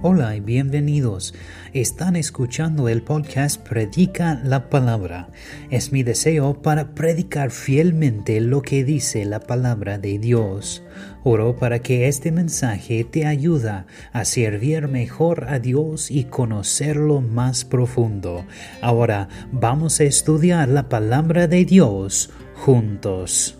Hola y bienvenidos. Están escuchando el podcast Predica la Palabra. Es mi deseo para predicar fielmente lo que dice la palabra de Dios. Oro para que este mensaje te ayude a servir mejor a Dios y conocerlo más profundo. Ahora vamos a estudiar la palabra de Dios juntos.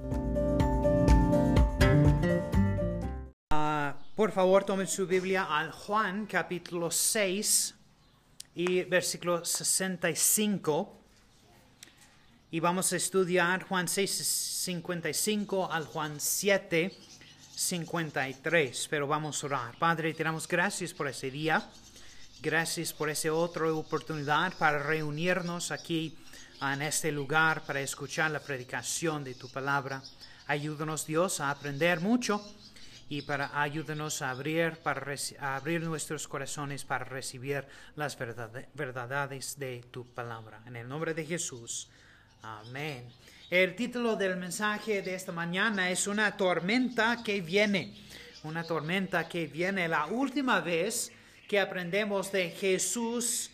Por favor, tomen su Biblia al Juan capítulo 6 y versículo 65. Y vamos a estudiar Juan 6, 55 al Juan 7, 53. Pero vamos a orar. Padre, te damos gracias por ese día. Gracias por esa otra oportunidad para reunirnos aquí en este lugar para escuchar la predicación de tu palabra. Ayúdanos, Dios, a aprender mucho. Y ayúdanos a abrir nuestros corazones para recibir las verdades de tu palabra. En el nombre de Jesús. Amén. El título del mensaje de esta mañana es Una tormenta que viene. Una tormenta que viene. La última vez que aprendemos de Jesús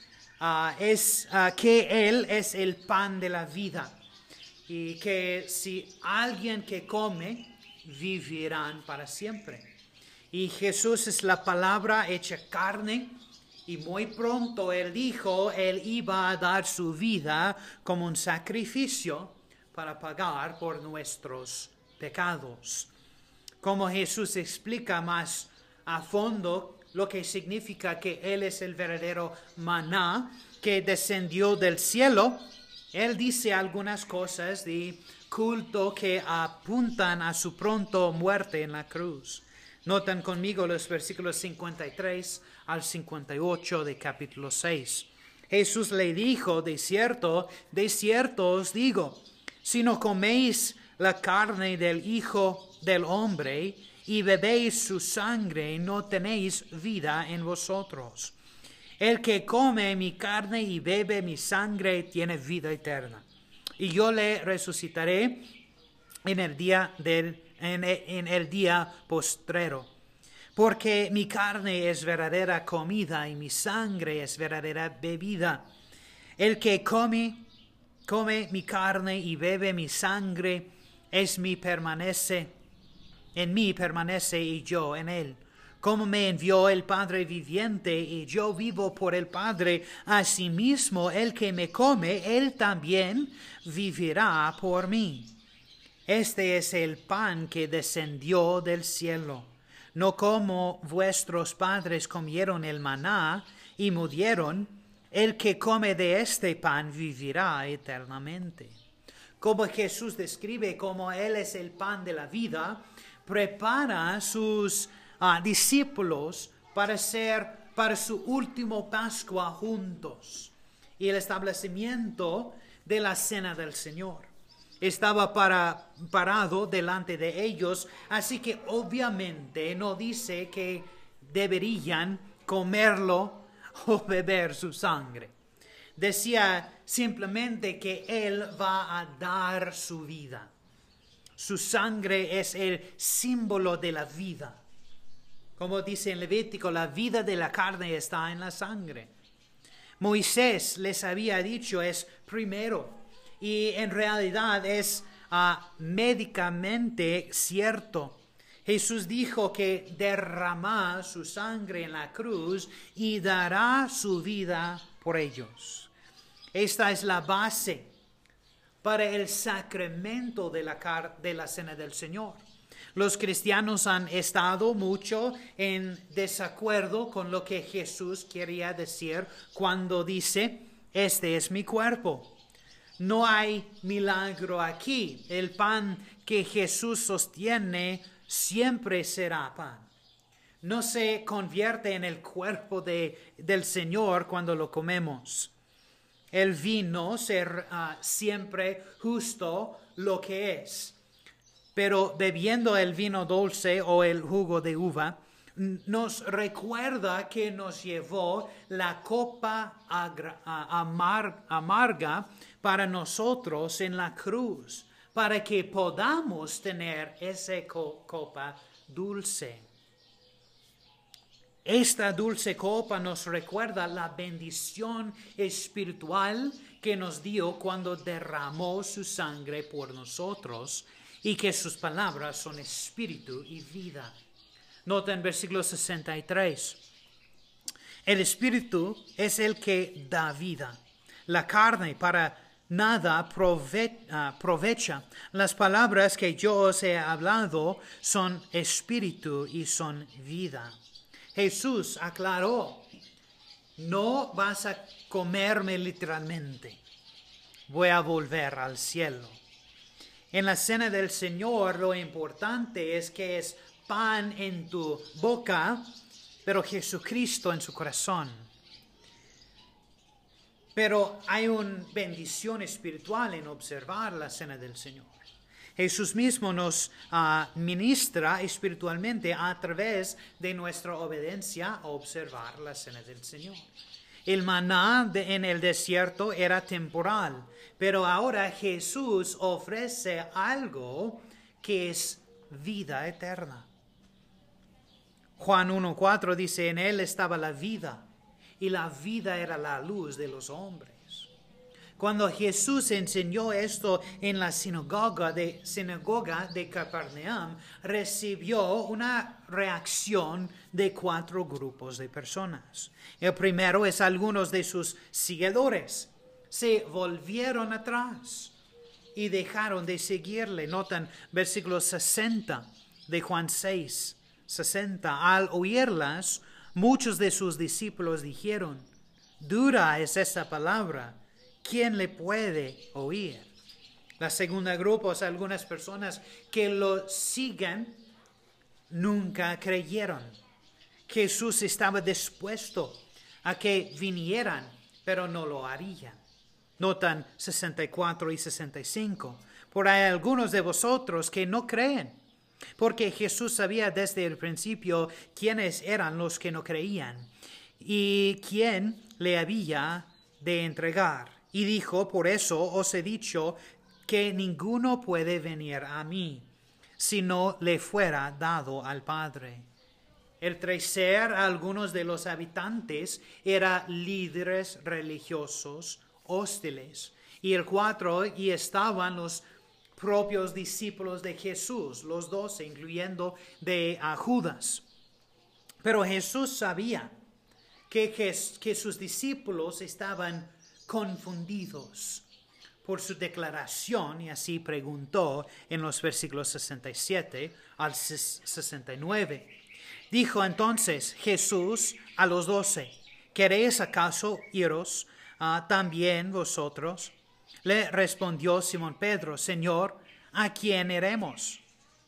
que Él es el pan de la vida. Y que si alguien que come vivirán para siempre. Y Jesús es la palabra hecha carne, y muy pronto Él dijo, Él iba a dar su vida como un sacrificio para pagar por nuestros pecados. Como Jesús explica más a fondo lo que significa que Él es el verdadero maná que descendió del cielo, Él dice algunas cosas de culto que apuntan a su pronto muerte en la cruz. Notan conmigo los versículos 53 al 58 de capítulo 6. Jesús le dijo, de cierto os digo, si no coméis la carne del Hijo del Hombre y bebéis su sangre, no tenéis vida en vosotros. El que come mi carne y bebe mi sangre tiene vida eterna. Y yo le resucitaré en el día postrero. Porque mi carne es verdadera comida y mi sangre es verdadera bebida. El que come mi carne y bebe mi sangre, en mí permanece y yo en él. Como me envió el Padre viviente y yo vivo por el Padre, asimismo el que me come, él también vivirá por mí. Este es el pan que descendió del cielo, no como vuestros padres comieron el maná y murieron. El que come de este pan vivirá eternamente. Como Jesús describe como Él es el pan de la vida, prepara sus discípulos para su último Pascua juntos y el establecimiento de la cena del Señor. Estaba parado delante de ellos, así que obviamente no dice que deberían comerlo o beber su sangre. Decía simplemente que Él va a dar su vida. Su sangre es el símbolo de la vida. Como dice en Levítico, la vida de la carne está en la sangre. Moisés les había dicho es primero, y en realidad es médicamente cierto. Jesús dijo que derramará su sangre en la cruz y dará su vida por ellos. Esta es la base para el sacramento de la cena del Señor. Los cristianos han estado mucho en desacuerdo con lo que Jesús quería decir cuando dice, este es mi cuerpo. No hay milagro aquí. El pan que Jesús sostiene siempre será pan. No se convierte en el cuerpo del Señor cuando lo comemos. El vino ser siempre justo lo que es. Pero bebiendo el vino dulce o el jugo de uva, nos recuerda que nos llevó la copa amarga para nosotros en la cruz, para que podamos tener esa copa dulce. Esta dulce copa nos recuerda la bendición espiritual que nos dio cuando derramó su sangre por nosotros y que sus palabras son espíritu y vida. Nota en versículo 63. El espíritu es el que da vida. La carne para nada aprovecha. Las palabras que yo os he hablado son espíritu y son vida. Jesús aclaró, no vas a comerme literalmente, voy a volver al cielo. En la cena del Señor lo importante es que es pan en tu boca, pero Jesucristo en su corazón. Pero hay una bendición espiritual en observar la cena del Señor. Jesús mismo nos ministra espiritualmente a través de nuestra obediencia a observar la cena del Señor. El maná en el desierto era temporal, pero ahora Jesús ofrece algo que es vida eterna. Juan 1:4 dice, en él estaba la vida, y la vida era la luz de los hombres. Cuando Jesús enseñó esto en la sinagoga de Capernaum, recibió una reacción de 4 grupos de personas. El primero es algunos de sus seguidores. Se volvieron atrás y dejaron de seguirle. Notan versículo 60 de Juan 6:60. Al oírlas, muchos de sus discípulos dijeron, dura es esa palabra, ¿quién le puede oír? La segunda grupo es algunas personas que lo siguen, nunca creyeron. Jesús estaba dispuesto a que vinieran, pero no lo harían. Notan 64 y 65. Por ahí algunos de vosotros que no creen, porque Jesús sabía desde el principio quiénes eran los que no creían y quién le había de entregar. Y dijo, por eso os he dicho que ninguno puede venir a mí, si no le fuera dado al Padre. El tercer, algunos de los habitantes, eran líderes religiosos hostiles. Y el 4, y estaban los propios discípulos de Jesús, los 12, incluyendo de Judas. Pero Jesús sabía que sus discípulos estaban confundidos por su declaración, y así preguntó en los versículos 67 al 69. Dijo entonces Jesús a los 12, ¿queréis acaso iros también vosotros? Le respondió Simón Pedro, Señor, ¿a quién iremos?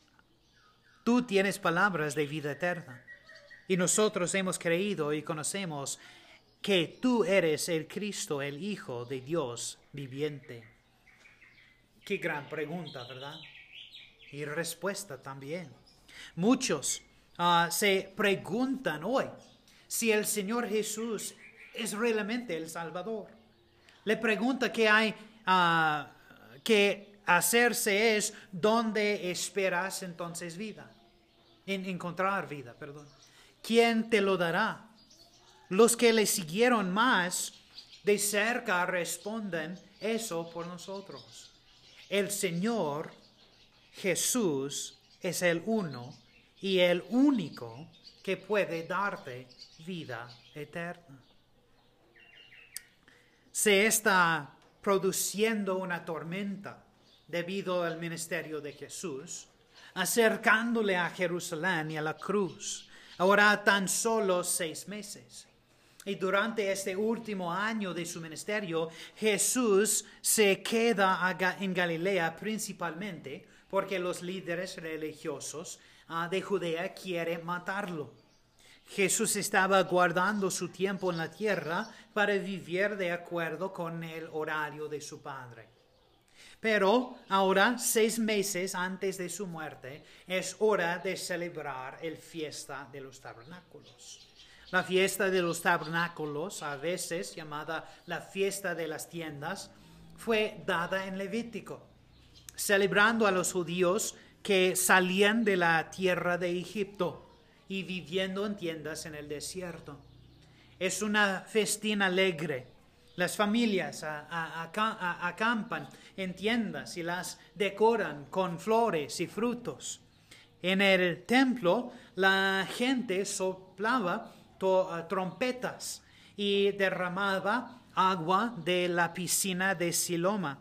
Tú tienes palabras de vida eterna, y nosotros hemos creído y conocemos que tú eres el Cristo, el Hijo de Dios viviente. Qué gran pregunta, ¿verdad? Y respuesta también. Muchos se preguntan hoy si el Señor Jesús es realmente el Salvador. Le pregunta qué hay que hacerse es ¿dónde esperas entonces vida? Encontrar vida, perdón. ¿Quién te lo dará? Los que le siguieron más de cerca responden eso por nosotros. El Señor Jesús es el uno y el único que puede darte vida eterna. Se está produciendo una tormenta debido al ministerio de Jesús, acercándole a Jerusalén y a la cruz. Ahora tan solo 6 meses. Y durante este último año de su ministerio, Jesús se queda en Galilea principalmente porque los líderes religiosos de Judea quieren matarlo. Jesús estaba guardando su tiempo en la tierra para vivir de acuerdo con el horario de su Padre. Pero ahora, 6 meses antes de su muerte, es hora de celebrar la fiesta de los tabernáculos. La fiesta de los tabernáculos, a veces llamada la fiesta de las tiendas, fue dada en Levítico, celebrando a los judíos que salían de la tierra de Egipto y viviendo en tiendas en el desierto. Es una festín alegre. Las familias acampan en tiendas y las decoran con flores y frutos. En el templo la gente soplaba trompetas y derramaba agua de la piscina de Siloam,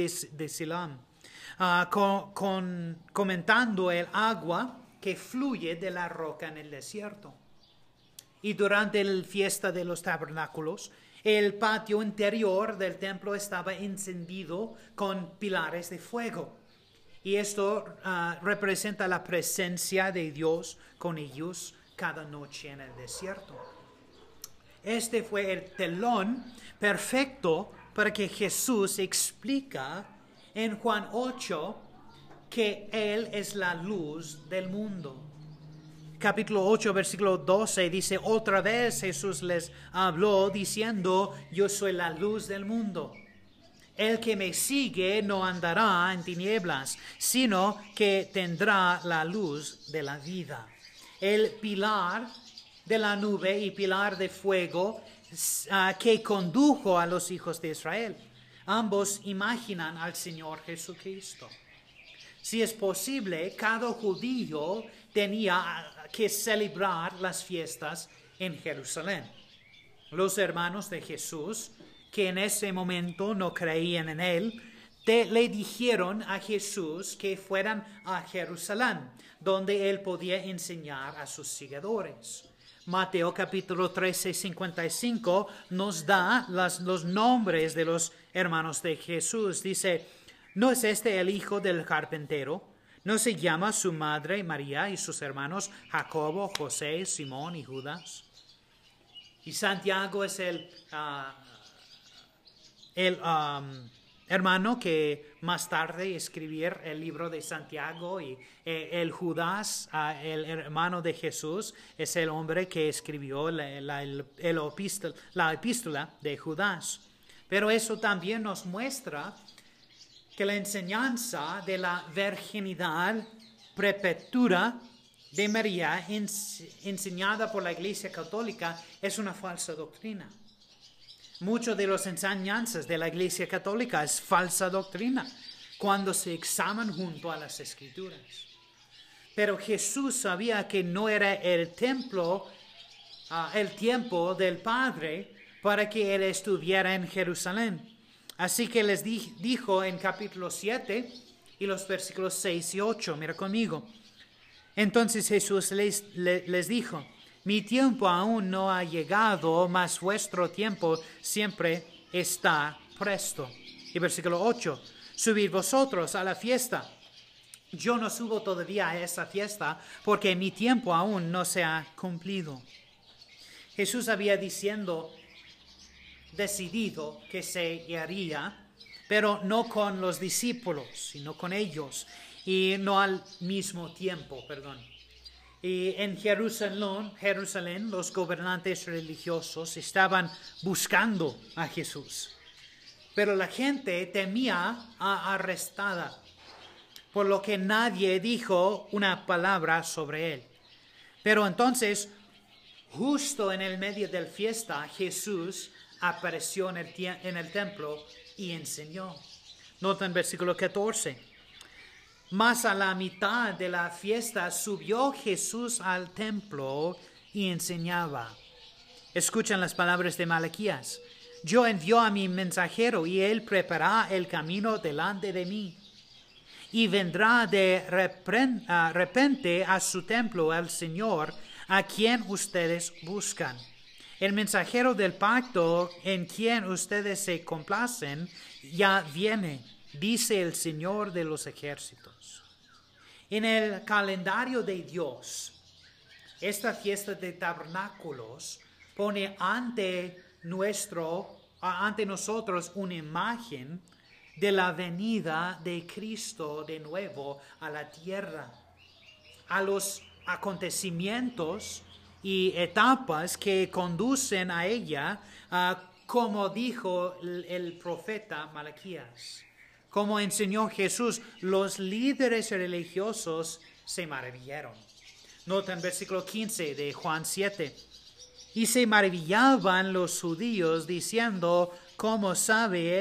comentando el agua que fluye de la roca en el desierto. Y durante la fiesta de los tabernáculos, el patio interior del templo estaba encendido con pilares de fuego. Y esto representa la presencia de Dios con ellos cada noche en el desierto. Este fue el telón perfecto para que Jesús explica en Juan 8 que Él es la luz del mundo. Capítulo 8, versículo 12 dice, otra vez Jesús les habló diciendo, yo soy la luz del mundo. El que me sigue no andará en tinieblas, sino que tendrá la luz de la vida. El pilar de la nube y pilar de fuego que condujo a los hijos de Israel. Ambos imaginan al Señor Jesucristo. Si es posible, cada judío tenía que celebrar las fiestas en Jerusalén. Los hermanos de Jesús, que en ese momento no creían en él, le dijeron a Jesús que fueran a Jerusalén, donde él podía enseñar a sus seguidores. Mateo capítulo 13, 55 nos da los nombres de los hermanos de Jesús. Dice, ¿no es este el hijo del carpintero? ¿No se llama su madre María y sus hermanos Jacobo, José, Simón y Judas? Y Santiago es el hermano que más tarde escribió el libro de Santiago, y el Judas, el hermano de Jesús, es el hombre que escribió la epístola de Judas. Pero eso también nos muestra que la enseñanza de la virginidad perpetua de María, enseñada por la Iglesia Católica, es una falsa doctrina. Muchas de las enseñanzas de la Iglesia Católica es falsa doctrina cuando se examinan junto a las Escrituras. Pero Jesús sabía que no era el tiempo del Padre para que Él estuviera en Jerusalén. Así que les dijo en capítulo 7 y los versículos 6 y 8, mira conmigo. Entonces Jesús les dijo, mi tiempo aún no ha llegado, mas vuestro tiempo siempre está presto. Y versículo 8, subid vosotros a la fiesta. Yo no subo todavía a esa fiesta, porque mi tiempo aún no se ha cumplido. Jesús había decidido que se iría, pero no con los discípulos, sino con ellos, y no al mismo tiempo, Y en Jerusalén, los gobernantes religiosos estaban buscando a Jesús, pero la gente temía a arrestada, por lo que nadie dijo una palabra sobre él. Pero entonces, justo en el medio de la fiesta, Jesús apareció en el templo y enseñó. Nota en versículo 14. Mas a la mitad de la fiesta subió Jesús al templo y enseñaba. Escuchan las palabras de Malaquías. Yo envío a mi mensajero y él preparará el camino delante de mí. Y vendrá de repente a su templo el Señor, a quien ustedes buscan. El mensajero del pacto en quien ustedes se complacen ya viene, dice el Señor de los ejércitos. En el calendario de Dios, esta fiesta de tabernáculos pone ante nosotros una imagen de la venida de Cristo de nuevo a la tierra, a los acontecimientos y etapas que conducen a ella, como dijo el profeta Malaquías. Como enseñó Jesús, los líderes religiosos se maravillaron. Nota en versículo 15 de Juan 7. Y se maravillaban los judíos diciendo, ¿cómo sabe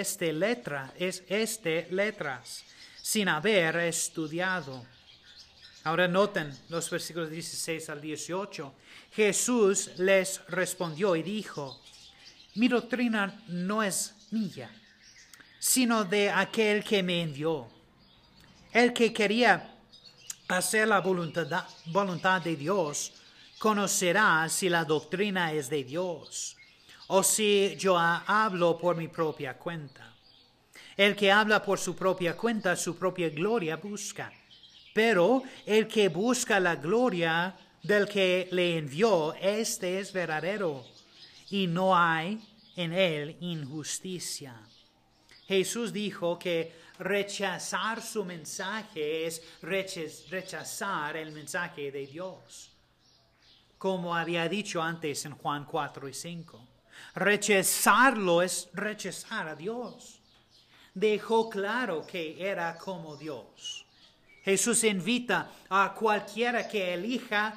letras, sin haber estudiado? Ahora noten los versículos 16 al 18. Jesús les respondió y dijo, mi doctrina no es mía, sino de aquel que me envió. El que quería hacer la voluntad de Dios, conocerá si la doctrina es de Dios, o si yo hablo por mi propia cuenta. El que habla por su propia cuenta, su propia gloria busca. Pero el que busca la gloria del que le envió, este es verdadero, y no hay en él injusticia. Jesús dijo que rechazar su mensaje es rechazar el mensaje de Dios. Como había dicho antes en Juan 4 y 5. Rechazarlo es rechazar a Dios. Dejó claro que era como Dios. Jesús invita a cualquiera que elija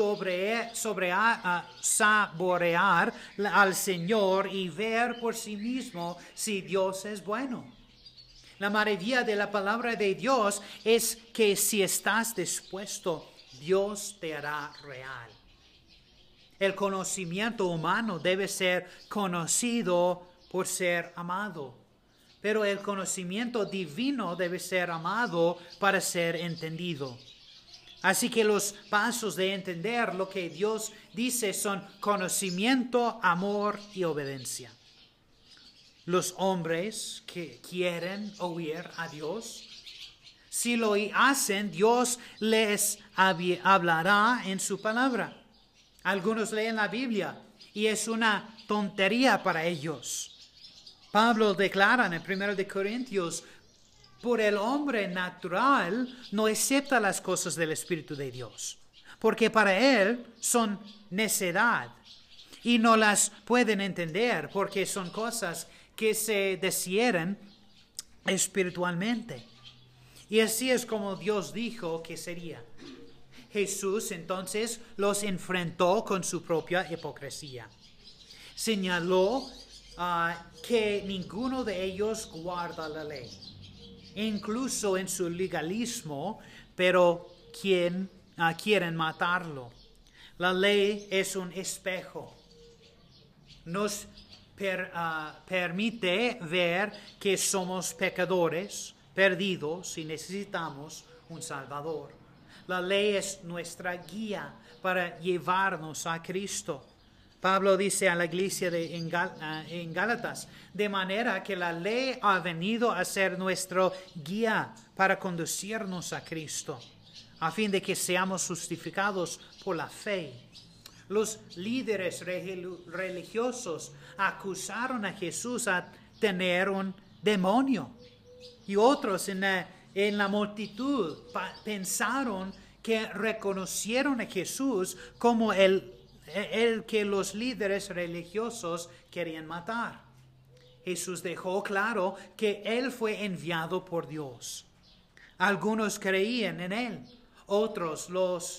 saborear al Señor y ver por sí mismo si Dios es bueno. La maravilla de la palabra de Dios es que si estás dispuesto, Dios te hará real. El conocimiento humano debe ser conocido por ser amado, pero el conocimiento divino debe ser amado para ser entendido. Así que los pasos de entender lo que Dios dice son conocimiento, amor y obediencia. Los hombres que quieren oír a Dios, si lo hacen, Dios les hablará en su palabra. Algunos leen la Biblia y es una tontería para ellos. Pablo declara en el 1 de Corintios, por el hombre natural no acepta las cosas del Espíritu de Dios, porque para él son necedad y no las pueden entender porque son cosas que se disciernen espiritualmente. Y así es como Dios dijo que sería. Jesús entonces los enfrentó con su propia hipocresía. Señaló que ninguno de ellos guarda la ley, incluso en su legalismo, pero quieren matarlo. La ley es un espejo. Nos permite ver que somos pecadores, perdidos y necesitamos un Salvador. La ley es nuestra guía para llevarnos a Cristo. Pablo dice a la iglesia en Gálatas, de manera que la ley ha venido a ser nuestro guía para conducirnos a Cristo, a fin de que seamos justificados por la fe. Los líderes religiosos acusaron a Jesús a tener un demonio, y otros en la multitud pensaron que reconocieron a Jesús como el que los líderes religiosos querían matar. Jesús dejó claro que Él fue enviado por Dios. Algunos creían en Él, otros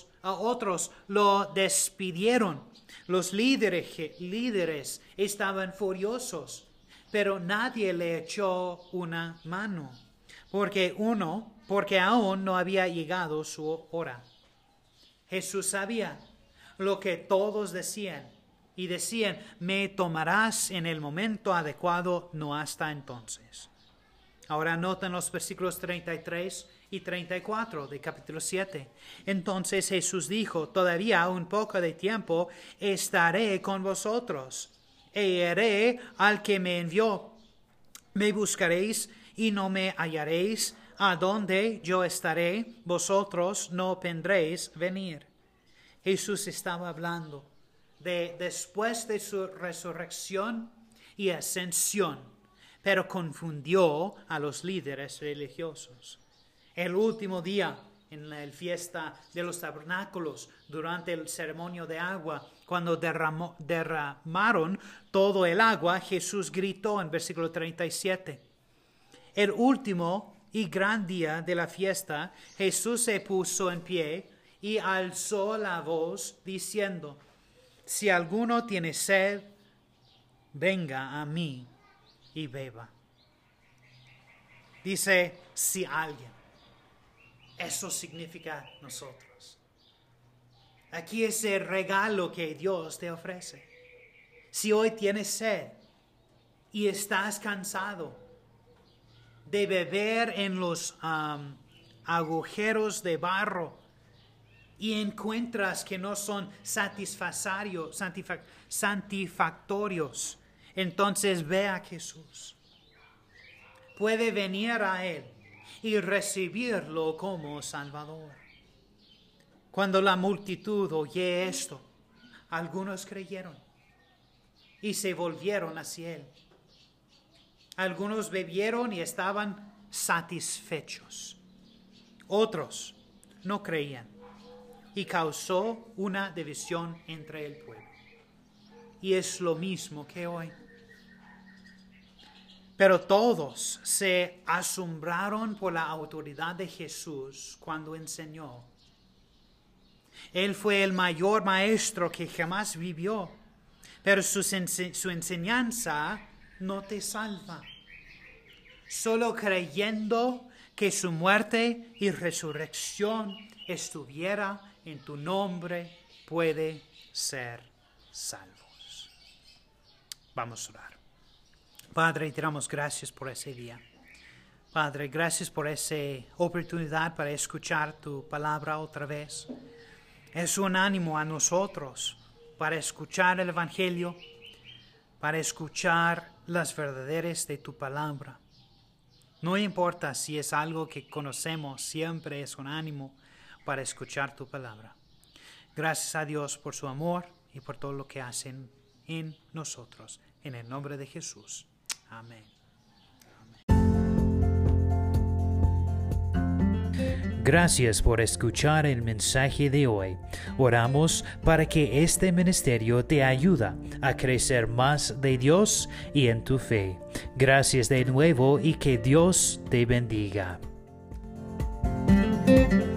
lo despidieron. Los líderes estaban furiosos, pero nadie le echó una mano, porque aún no había llegado su hora. Jesús sabía lo que todos decían, y decían, me tomarás en el momento adecuado, no hasta entonces. Ahora noten los versículos 33 y 34 de capítulo 7. Entonces Jesús dijo, todavía un poco de tiempo estaré con vosotros, e iré al que me envió. Me buscaréis y no me hallaréis. A donde yo estaré, vosotros no podréis venir. Jesús estaba hablando de después de su resurrección y ascensión, pero confundió a los líderes religiosos. El último día, en la fiesta de los tabernáculos, durante el ceremonio de agua, cuando derramaron todo el agua, Jesús gritó en versículo 37. El último y gran día de la fiesta, Jesús se puso en pie y alzó la voz diciendo, si alguno tiene sed, venga a mí y beba. Dice, si alguien. Eso significa nosotros. Aquí es el regalo que Dios te ofrece. Si hoy tienes sed y estás cansado de beber en los agujeros de barro y encuentras que no son satisfactorios, entonces ve a Jesús. Puede venir a Él y recibirlo como Salvador. Cuando la multitud oye esto, algunos creyeron y se volvieron hacia Él. Algunos bebieron y estaban satisfechos. Otros no creían y causó una división entre el pueblo. Y es lo mismo que hoy. Pero todos se asombraron por la autoridad de Jesús cuando enseñó. Él fue el mayor maestro que jamás vivió, pero su enseñanza no te salva. Solo creyendo que su muerte y resurrección estuviera en tu nombre puede ser salvos. Vamos a orar. Padre, te damos gracias por ese día. Padre, gracias por esa oportunidad para escuchar tu palabra otra vez. Es un ánimo a nosotros para escuchar el Evangelio, para escuchar las verdades de tu palabra. No importa si es algo que conocemos, siempre es un ánimo para escuchar tu palabra. Gracias a Dios por su amor y por todo lo que hacen en nosotros. En el nombre de Jesús. Amén. Gracias por escuchar el mensaje de hoy. Oramos para que este ministerio te ayude a crecer más de Dios y en tu fe. Gracias de nuevo y que Dios te bendiga.